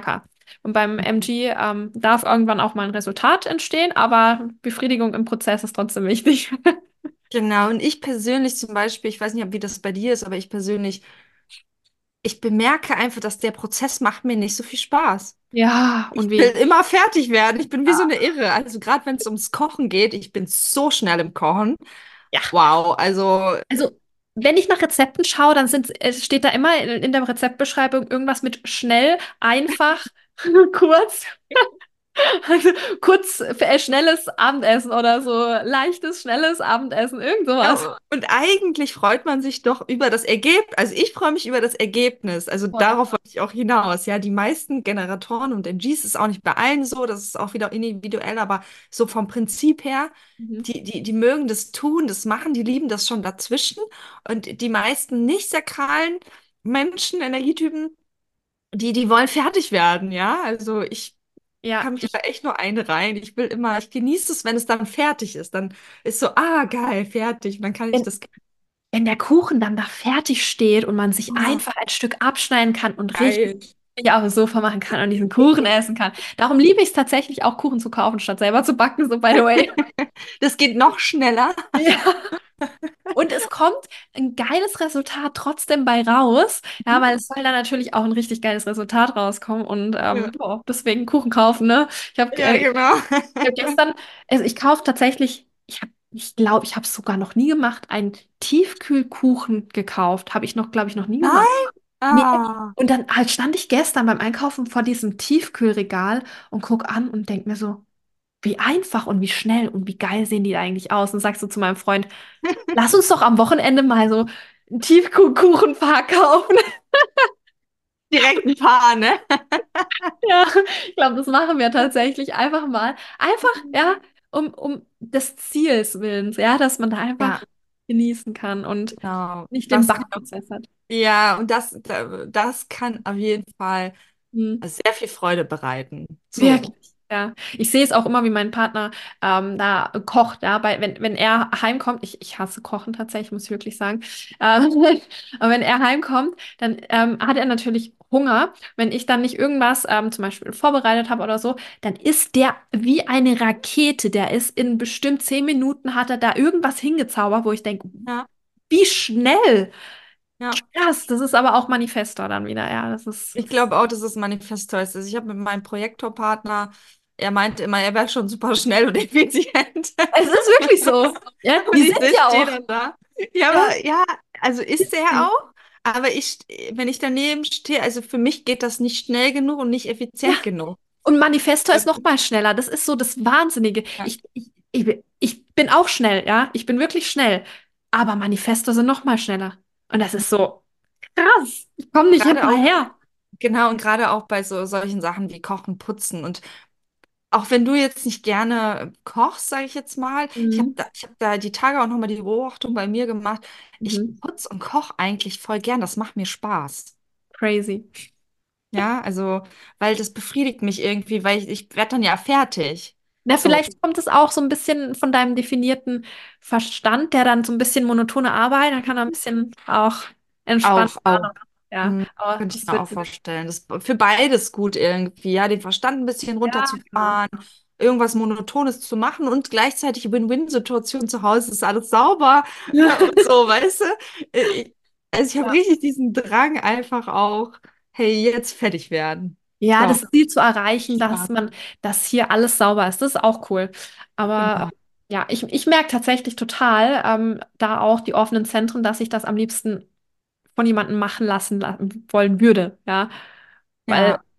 Und beim M G ähm, darf irgendwann auch mal ein Resultat entstehen, aber Befriedigung im Prozess ist trotzdem wichtig. Genau, und ich persönlich zum Beispiel, ich weiß nicht, wie das bei dir ist, aber ich persönlich, ich bemerke einfach, dass der Prozess macht mir nicht so viel Spaß. Ja, und Ich will wie? immer fertig werden. Ich bin wie so Ja. eine Irre. Also gerade wenn es ums Kochen geht, ich bin so schnell im Kochen. Ja, Wow, also also wenn ich nach Rezepten schaue, dann sind, es steht da immer in, in der Rezeptbeschreibung irgendwas mit schnell, einfach, kurz. Also kurz, äh, schnelles Abendessen oder so leichtes, schnelles Abendessen, irgend sowas. ja, und eigentlich freut man sich doch über das Ergebnis. Also ich freue mich über das Ergebnis. Also Voll. darauf wollte ich auch hinaus. Ja, die meisten Generatoren und M Gs ist auch nicht bei allen so. Das ist auch wieder individuell, aber so vom Prinzip her, Mhm. die, die, die mögen das tun, das machen, die lieben das schon dazwischen. Und die meisten nicht sakralen Menschen, Energietypen, die, die wollen fertig werden. Ja, also ich Ja, kann mich da ich, echt nur einreihen. Ich will immer, ich genieße es, wenn es dann fertig ist. Dann ist so, ah, geil, fertig. Und dann kann ich wenn, das. wenn der Kuchen dann da fertig steht und man sich Oh, einfach ein Stück abschneiden kann und richtig geil. sich auf dem Sofa machen kann und diesen Kuchen essen kann. Darum liebe ich es tatsächlich auch, Kuchen zu kaufen, statt selber zu backen, so by the way. Das geht noch schneller. Ja. Und es kommt ein geiles Resultat trotzdem bei raus. Ja, weil es soll dann natürlich auch ein richtig geiles Resultat rauskommen. Und Ja, ähm, ja, deswegen Kuchen kaufen, ne? Ich habe ja, äh, genau. ich hab gestern, also ich kaufe tatsächlich, ich habe, ich glaube, ich habe es sogar noch nie gemacht, einen Tiefkühlkuchen gekauft. Habe ich noch, glaube ich, noch nie gemacht. Nein? Nee. Ah. Und dann halt stand ich gestern beim Einkaufen vor diesem Tiefkühlregal und guck an und denk mir so, wie einfach und wie schnell und wie geil sehen die eigentlich aus. Und sagst du zu meinem Freund, lass uns doch am Wochenende mal so einen Tiefkühlkuchenpark kaufen. Direkt ein paar, ne? Ja, ich glaube, das machen wir tatsächlich einfach mal. Einfach, ja, um, um des Ziels willens, ja, dass man da einfach Ja, genießen kann und genau. nicht den Das kann, Backprozess hat. ja, und das, das kann auf jeden Fall Hm. sehr viel Freude bereiten. Wirklich, So. ja. Ich sehe es auch immer, wie mein Partner ähm, da kocht, ja, bei, wenn, wenn er heimkommt, ich, ich hasse Kochen tatsächlich, muss ich wirklich sagen. Ähm, aber wenn er heimkommt, dann ähm, hat er natürlich Hunger. Wenn ich dann nicht irgendwas ähm, zum Beispiel vorbereitet habe oder so, dann ist der wie eine Rakete. Der ist in bestimmt zehn Minuten hat er da irgendwas hingezaubert, wo ich denke, Ja, wie schnell. ja. Krass, das ist aber auch Manifestor dann wieder, ja. Das ist, Ich glaube auch, dass es Manifesto ist. Also ich habe mit meinem Projektorpartner, er meinte immer, er wäre schon super schnell und effizient. es ist wirklich so. Ja, Und die ich sind ja stehe auch. dann da. Ja, Ja. aber ja, also ist er auch. Aber ich, wenn ich daneben stehe, also für mich geht das nicht schnell genug und nicht Ja, effizient genug. und Manifesto ist noch mal schneller. Das ist so das Wahnsinnige. Ja. Ich, ich, ich, bin- ich bin auch schnell, ja. Ich bin wirklich schnell. Aber Manifesto sind noch mal schneller. Und das ist so krass. Ich komme nicht Gerade auch, hinterher. genau, und gerade auch bei so solchen Sachen wie Kochen, Putzen und auch wenn du jetzt nicht gerne kochst, sage ich jetzt mal, ich habe Mhm. da, ich hab da die Tage auch nochmal die Beobachtung bei mir gemacht. Ich Mhm. putze und koche eigentlich voll gern. Das macht mir Spaß. Crazy. Ja, also, weil das befriedigt mich irgendwie, weil ich, ich werde dann ja fertig. Na, So, vielleicht kommt es auch so ein bisschen von deinem definierten Verstand, der dann so ein bisschen monotone Arbeit, da kann er ein bisschen auch entspannt auch, auch. werden. Ja, Hm, aber könnte das ich ist mir auch witzig. vorstellen. Das ist für beides gut irgendwie, ja, den Verstand ein bisschen Ja, genau. runterzufahren, irgendwas Monotones zu machen und gleichzeitig Win-Win-Situation zu Hause, ist alles sauber und so, weißt du? Ich, also ich habe Ja. richtig diesen Drang einfach auch, hey, jetzt fertig werden. Ja, So, das Ziel zu erreichen, dass Start. man, dass hier alles sauber ist, das ist auch cool. Aber Genau. ja, ich, ich merke tatsächlich total, ähm, da auch die offenen Zentren, dass ich das am liebsten von jemandem machen lassen la wollen würde, ja, weil Ja.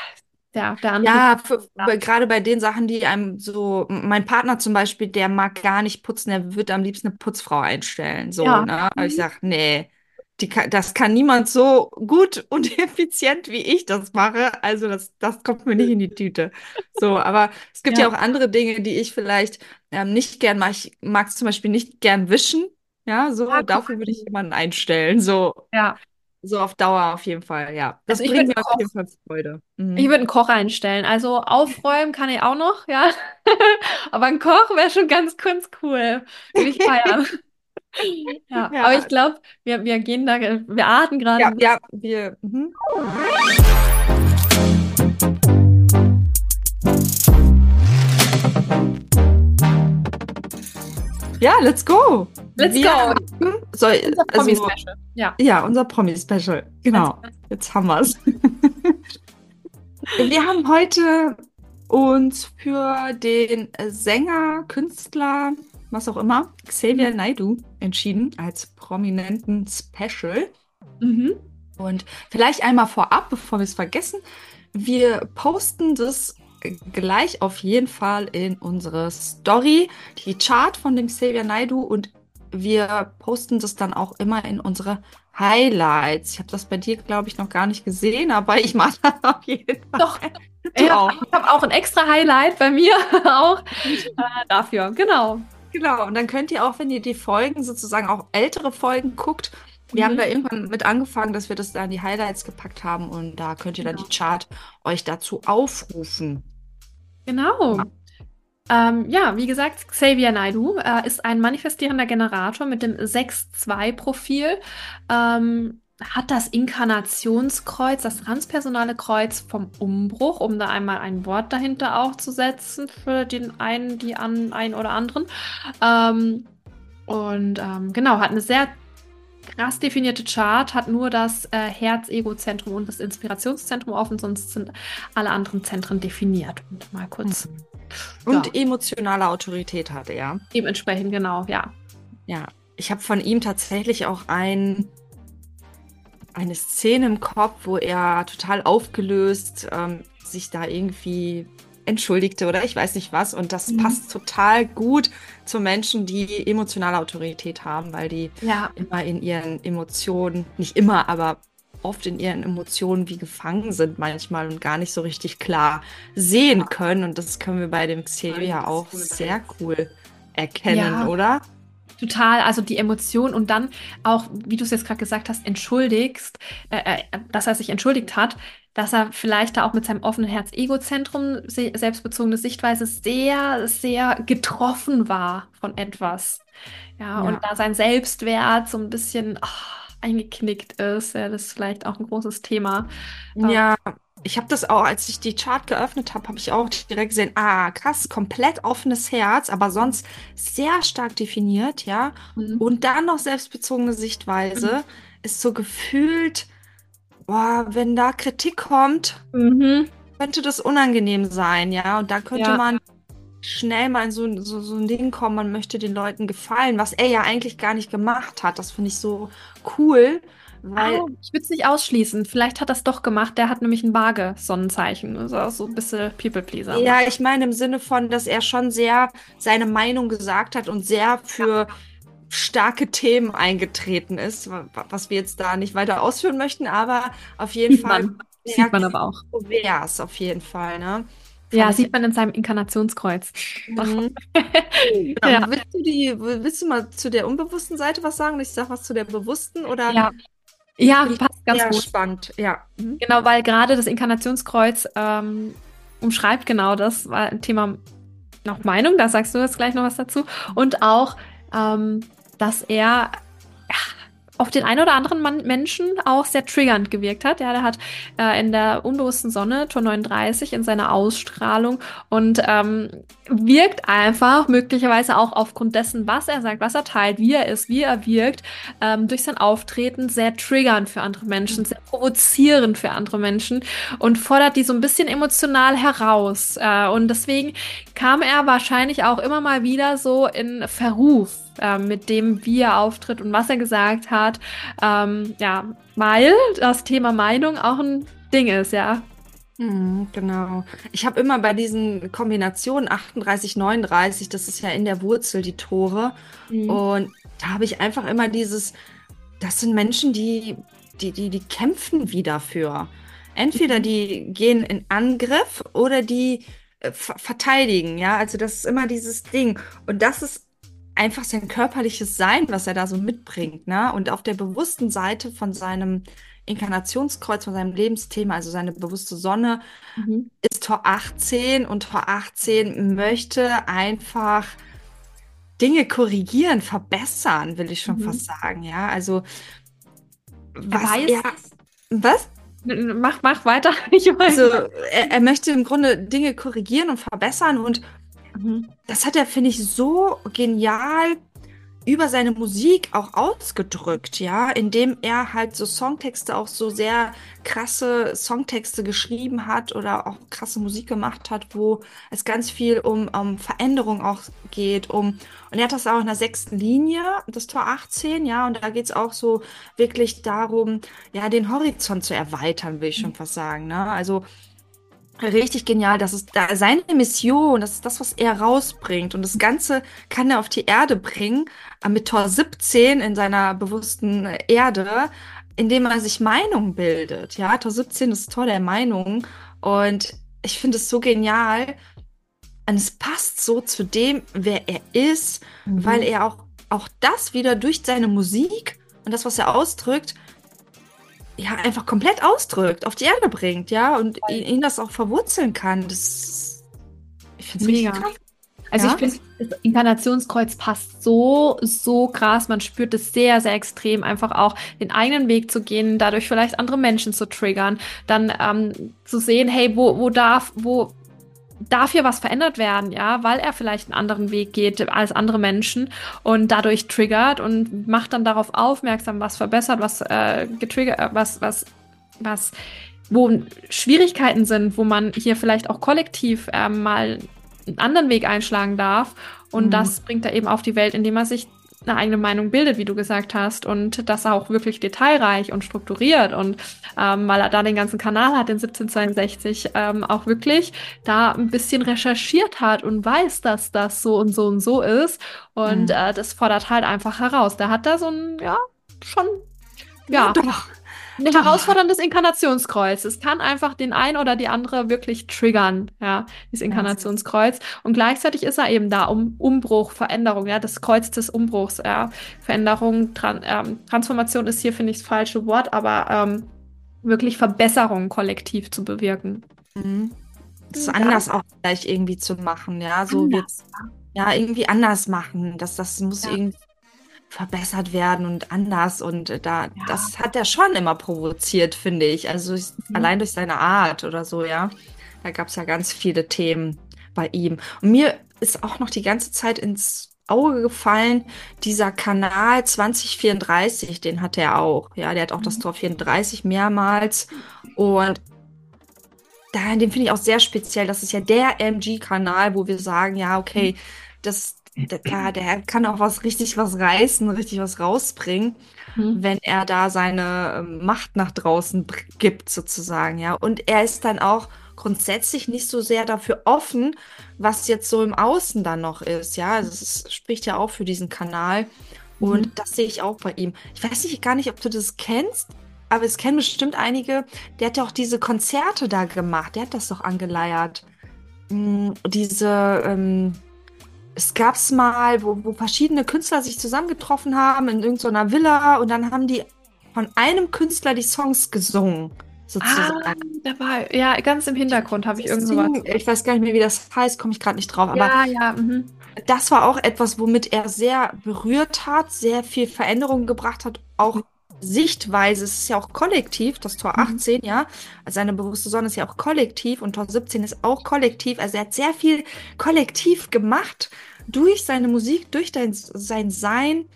der, der Antrieb. Ja, für, bei- gerade bei den Sachen, die einem so, mein Partner zum Beispiel, der mag gar nicht putzen, der würde am liebsten eine Putzfrau einstellen. So, Ja. ne? Aber ich Mhm. sag, nee, die kann, das kann niemand so gut und effizient, wie ich das mache. Also das, das kommt mir nicht in die Tüte. So, aber es gibt ja Ja, auch andere Dinge, die ich vielleicht ähm, nicht gern mache. Ich mag zum Beispiel nicht gern wischen. Ja, ja, so, guck. dafür würde ich jemanden einstellen. So, Ja. so auf Dauer auf jeden Fall, ja. Also Das ich bringt würde mir auf jeden Fall Freude. ich Mhm. würde einen Koch einstellen. Also aufräumen kann ich auch noch, ja. Aber ein Koch wäre schon ganz, ganz cool. Würde ich feiern. Ja, aber ich Ja, glaube, wir, wir gehen da, wir arten gerade ja, ein ja, bisschen. wir. Mhm. Ja, let's go. Let's Wir go. haben, soll, Unser also, Promi-Special. Ja. ja, unser Promi-Special. Ganz, Genau. Jetzt haben wir es. Wir haben heute uns für den Sänger, Künstler, was auch immer, Xavier Naidoo entschieden als prominenten Special. Mhm. Und vielleicht einmal vorab, bevor wir es vergessen, wir posten das gleich auf jeden Fall in unsere Story, die Chart von dem Xavier Naidoo, und wir posten das dann auch immer in unsere Highlights. Ich habe das bei dir, glaube ich, noch gar nicht gesehen, aber ich mache das auf jeden Fall. Doch, Du ja, auch. ich habe auch ein extra Highlight bei mir auch äh, dafür. Genau. Genau, und dann könnt ihr auch, wenn ihr die Folgen, sozusagen auch ältere Folgen guckt, wir haben Mhm. da irgendwann mit angefangen, dass wir das da in die Highlights gepackt haben, und da könnt ihr dann Genau. die Chart euch dazu aufrufen. Genau. Ja. Ähm, ja, wie gesagt, Xavier Naidoo äh, ist ein manifestierender Generator mit dem sechs zwei Profil, ähm, hat das Inkarnationskreuz, das transpersonale Kreuz vom Umbruch, um da einmal ein Wort dahinter auch zu setzen für den einen, die an, einen oder anderen. Ähm, und ähm, genau, hat eine sehr krass definierte Chart, hat nur das äh, Herz-Ego-Zentrum und das Inspirationszentrum offen, sonst sind alle anderen Zentren definiert. Und mal kurz. Und Ja. emotionale Autorität hat er. Dementsprechend, genau, ja. Ja, ich habe von ihm tatsächlich auch ein, eine Szene im Kopf, wo er total aufgelöst ähm, sich da irgendwie entschuldigte oder ich weiß nicht was. Und das Mhm. passt total gut zu Menschen, die emotionale Autorität haben, weil die Ja, immer in ihren Emotionen, nicht immer, aber oft in ihren Emotionen wie gefangen sind manchmal und gar nicht so richtig klar sehen können. Und das können wir bei dem Xavier auch sehr cool erkennen, ja, oder? total. Also die Emotion und dann auch, wie du es jetzt gerade gesagt hast, entschuldigst, äh, äh, dass er sich entschuldigt hat, dass er vielleicht da auch mit seinem offenen Herz-Ego-Zentrum, se selbstbezogene Sichtweise, sehr, sehr getroffen war von etwas. Ja, und Ja. da sein Selbstwert so ein bisschen ah, eingeknickt ist, ja, das ist vielleicht auch ein großes Thema. Ähm, Ja, ich habe das auch, als ich die Chart geöffnet habe, habe ich auch direkt gesehen, ah, krass, komplett offenes Herz, aber sonst sehr stark definiert, ja. mhm. Und dann noch selbstbezogene Sichtweise ist so gefühlt, boah, wenn da Kritik kommt, Mhm. könnte das unangenehm sein, ja. Und da könnte Ja. man schnell mal in so, so, so ein Ding kommen, man möchte den Leuten gefallen, was er ja eigentlich gar nicht gemacht hat. Das finde ich so cool, weil Ah, ich würde es nicht ausschließen. Vielleicht hat er es doch gemacht. Der hat nämlich ein Waage-Sonnenzeichen. Also auch so ein bisschen People-Pleaser. ja, ich meine im Sinne von, dass er schon sehr seine Meinung gesagt hat und sehr für starke Themen eingetreten ist, wa- was wir jetzt da nicht weiter ausführen möchten, aber auf jeden Sieht Fall man. sehr Sieht man aber auch. kontrovers, auf jeden Fall, ne? Ja, Fand ich. sieht man in seinem Inkarnationskreuz. Mhm. Ja. Genau. Willst du die, willst du mal zu der unbewussten Seite was sagen? Und ich sag was zu der bewussten, oder Ja. Ja, finde ich passt ganz sehr gut. spannend? Ja. Mhm. Genau, weil gerade das Inkarnationskreuz ähm, umschreibt genau das, war ein Thema noch Meinung, da sagst du jetzt gleich noch was dazu. Und auch, ähm, dass er auf den einen oder anderen Mann, Menschen auch sehr triggernd gewirkt hat. Ja, der hat äh, in der unbewussten Sonne, Tor neununddreißig, in seiner Ausstrahlung und ähm, wirkt einfach, möglicherweise auch aufgrund dessen, was er sagt, was er teilt, wie er ist, wie er wirkt, ähm, durch sein Auftreten sehr triggernd für andere Menschen, sehr provozierend für andere Menschen und fordert die so ein bisschen emotional heraus. Äh, und deswegen kam er wahrscheinlich auch immer mal wieder so in Verruf äh, mit dem, wie er auftritt und was er gesagt hat. Ähm, ja, weil das Thema Meinung auch ein Ding ist, ja. Mhm, genau. Ich habe immer bei diesen Kombinationen achtunddreißig, neununddreißig, das ist ja in der Wurzel die Tore. Mhm. Und da habe ich einfach immer dieses, das sind Menschen, die, die, die, die kämpfen wieder für. Entweder die gehen in Angriff oder die äh, ver- verteidigen, ja. Also das ist immer dieses Ding. Und das ist einfach sein körperliches Sein, was er da so mitbringt, ne? Und auf der bewussten Seite von seinem Inkarnationskreuz, von seinem Lebensthema, also seine bewusste Sonne, Mhm. ist Tor achtzehn, und Tor achtzehn möchte einfach Dinge korrigieren, verbessern, will ich schon Mhm. fast sagen, ja. Also Er was weiß, er, was? mach, mach weiter. Ich weiß. Also er, er möchte im Grunde Dinge korrigieren und verbessern, und Mhm. das hat er, finde ich, so genial über seine Musik auch ausgedrückt, ja, indem er halt so Songtexte auch so sehr krasse Songtexte geschrieben hat oder auch krasse Musik gemacht hat, wo es ganz viel um, um Veränderung auch geht, um, und er hat das auch in der sechsten Linie, das Tor achtzehn, ja, und da geht es auch so wirklich darum, ja, den Horizont zu erweitern, will ich schon fast sagen, ne, also richtig genial, das ist da seine Mission, das ist das, was er rausbringt. Und das Ganze kann er auf die Erde bringen, äh, mit Tor siebzehn in seiner bewussten äh, Erde, indem er sich Meinung bildet. Ja, Tor siebzehn ist das Tor der Meinung. Und ich finde es so genial. Und es passt so zu dem, wer er ist, weil Mhm. er auch, auch das wieder durch seine Musik und das, was er ausdrückt, ja, einfach komplett ausdrückt, auf die Erde bringt, ja, und ihn, ihn das auch verwurzeln kann. Das, ich finde es richtig Mega. krass. Also ich Ja. finde, das Inkarnationskreuz passt so, so krass. Man spürt es sehr, sehr extrem, einfach auch den eigenen Weg zu gehen, dadurch vielleicht andere Menschen zu triggern, dann ähm, zu sehen, hey, wo, wo darf, wo darf hier was verändert werden, ja, weil er vielleicht einen anderen Weg geht als andere Menschen und dadurch triggert und macht dann darauf aufmerksam, was verbessert, was äh, getriggert, äh, was, was, was, wo Schwierigkeiten sind, wo man hier vielleicht auch kollektiv ähm, mal einen anderen Weg einschlagen darf. Und Mhm. das bringt er eben auf die Welt, indem er sich eine eigene Meinung bildet, wie du gesagt hast, und das auch wirklich detailreich und strukturiert und ähm, weil er da den ganzen Kanal hat, den siebzehnhundertzweiundsechzig, ähm, auch wirklich da ein bisschen recherchiert hat und weiß, dass das so und so und so ist. Und Mhm. äh, das fordert halt einfach heraus. Der hat da so ein, ja, schon, Ja, ja, doch, ein doch. herausforderndes Inkarnationskreuz. Es kann einfach den einen oder die andere wirklich triggern, ja, dieses Ja. Inkarnationskreuz. Und gleichzeitig ist er eben da um Umbruch, Veränderung, ja, das Kreuz des Umbruchs, ja. Veränderung, Tran ähm, Transformation ist hier, finde ich, das falsche Wort, aber ähm, wirklich Verbesserungen kollektiv zu bewirken. Mhm. Das Hm, ganz anders auch vielleicht irgendwie zu machen, ja, so wird, anders. ja, irgendwie anders machen. Das, das muss Ja, irgendwie verbessert werden und anders. Und äh, da, ja. das hat er schon immer provoziert, finde ich. Also ich, Mhm. allein durch seine Art oder so, ja. Da gab es ja ganz viele Themen bei ihm. Und mir ist auch noch die ganze Zeit ins Auge gefallen, dieser Kanal zwanzig vierunddreißig, den hat er auch. Ja, der hat auch das Mhm. Tor vierunddreißig mehrmals. Und da, den finde ich auch sehr speziell. Das ist ja der M G-Kanal, wo wir sagen, ja, okay, das, der, der der kann auch was richtig was reißen, richtig was rausbringen, Mhm. wenn er da seine ähm, Macht nach draußen br- gibt, sozusagen, ja. Und er ist dann auch grundsätzlich nicht so sehr dafür offen, was jetzt so im Außen dann noch ist, ja. Also es spricht ja auch für diesen Kanal. Und Mhm. das sehe ich auch bei ihm. Ich weiß nicht gar nicht, ob du das kennst, aber es kennen bestimmt einige. Der hat ja auch diese Konzerte da gemacht. Der hat das doch angeleiert. Mm, diese, ähm, es gab's mal, wo, wo verschiedene Künstler sich zusammengetroffen haben in irgendeiner Villa und dann haben die von einem Künstler die Songs gesungen, Ah, sozusagen. da war, ja, ganz im Hintergrund habe ich irgend sowas. Sing, ich weiß gar nicht mehr, wie das heißt, komme ich gerade nicht drauf, aber Ja, ja, mhm. das war auch etwas, womit er sehr berührt hat, sehr viel Veränderung gebracht hat, auch Sichtweise. Es ist ja auch kollektiv, das Tor Mhm. achtzehn, ja. Also seine bewusste Sonne ist ja auch kollektiv und Tor siebzehn ist auch kollektiv. Also er hat sehr viel kollektiv gemacht durch seine Musik, durch dein, sein Sein.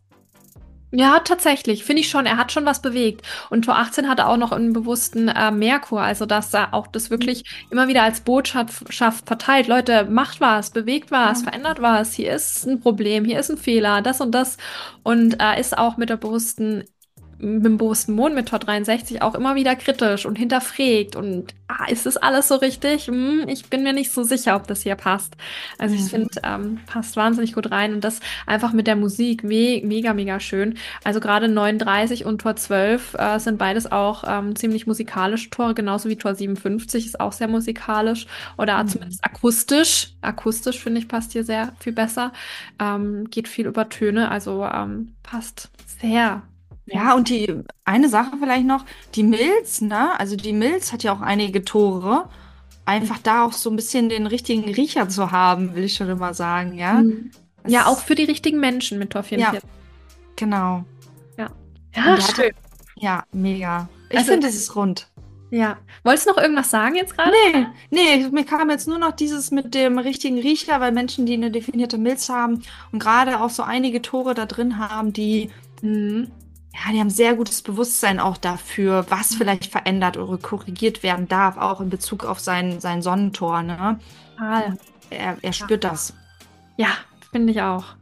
Ja, tatsächlich, finde ich schon. Er hat schon was bewegt. Und Tor achtzehn hatte auch noch einen bewussten äh, Merkur, also dass er auch das wirklich immer wieder als Botschaft verteilt. Leute, macht was, bewegt was, Ja. verändert was. Hier ist ein Problem, hier ist ein Fehler, das und das. Und er ist auch mit der bewussten mit dem bewussten Mond mit Tor dreiundsechzig auch immer wieder kritisch und hinterfragt und ah, ist das alles so richtig? Hm, ich bin mir nicht so sicher, ob das hier passt. Also ich Mhm. finde, ähm, passt wahnsinnig gut rein und das einfach mit der Musik me mega, mega schön. Also gerade neununddreißig und Tor zwölf äh, sind beides auch ähm, ziemlich musikalische Tore, genauso wie Tor siebenundfünfzig ist auch sehr musikalisch oder Mhm. zumindest akustisch. Akustisch finde ich passt hier sehr viel besser. Ähm, geht viel über Töne, also ähm, passt sehr. Ja. Ja, und die eine Sache vielleicht noch, die Milz, ne? Also die Milz hat ja auch einige Tore. Einfach da auch so ein bisschen den richtigen Riecher zu haben, will ich schon immer sagen, ja. Mhm. Ja, auch Es, für die richtigen Menschen mit Tor ja, vierundvierzig. genau. Ja. Und Ja, der hatte, schön. ja, mega. Ich Also, finde, es ist rund. Ja. Wolltest du noch irgendwas sagen jetzt gerade? Nee, nee, mir kam jetzt nur noch dieses mit dem richtigen Riecher, weil Menschen, die eine definierte Milz haben und gerade auch so einige Tore da drin haben, die, Mhm. ja, die haben sehr gutes Bewusstsein auch dafür, was vielleicht verändert oder korrigiert werden darf, auch in Bezug auf sein, sein Sonnentor, ne? Total. Er, er Ja, spürt das. ja, finde ich auch.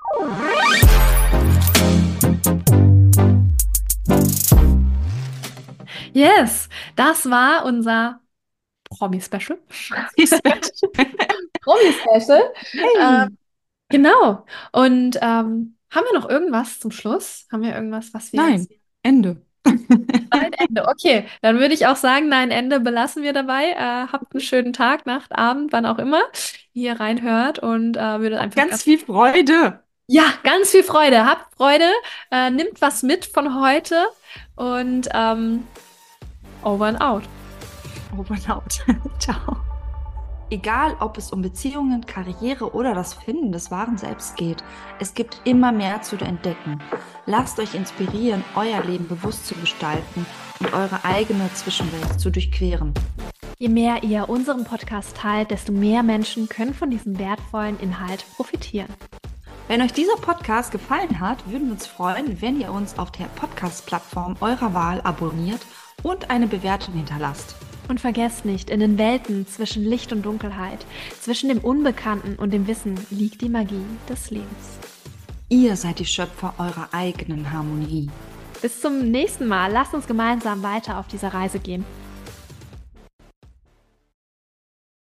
Yes, das war unser Promi-Special. Promi-Special. Äh, Hey, genau. Und ähm, haben wir noch irgendwas zum Schluss? Haben wir irgendwas, was wir nein, jetzt. Ende. Nein, Ende. Okay, dann würde ich auch sagen, nein, Ende belassen wir dabei. Äh, habt einen schönen Tag, Nacht, Abend, wann auch immer ihr reinhört und äh, würde einfach Ganz ganz, viel Freude. ja, ganz viel Freude. Habt Freude, äh, nimmt was mit von heute und ähm, over and out. Over and out. Ciao. Egal, ob es um Beziehungen, Karriere oder das Finden des wahren Selbst geht, es gibt immer mehr zu entdecken. Lasst euch inspirieren, euer Leben bewusst zu gestalten und eure eigene Zwischenwelt zu durchqueren. Je mehr ihr unseren Podcast teilt, desto mehr Menschen können von diesem wertvollen Inhalt profitieren. Wenn euch dieser Podcast gefallen hat, würden wir uns freuen, wenn ihr uns auf der Podcast-Plattform eurer Wahl abonniert und eine Bewertung hinterlasst. Und vergesst nicht, in den Welten zwischen Licht und Dunkelheit, zwischen dem Unbekannten und dem Wissen liegt die Magie des Lebens. Ihr seid die Schöpfer eurer eigenen Harmonie. Bis zum nächsten Mal. Lasst uns gemeinsam weiter auf dieser Reise gehen.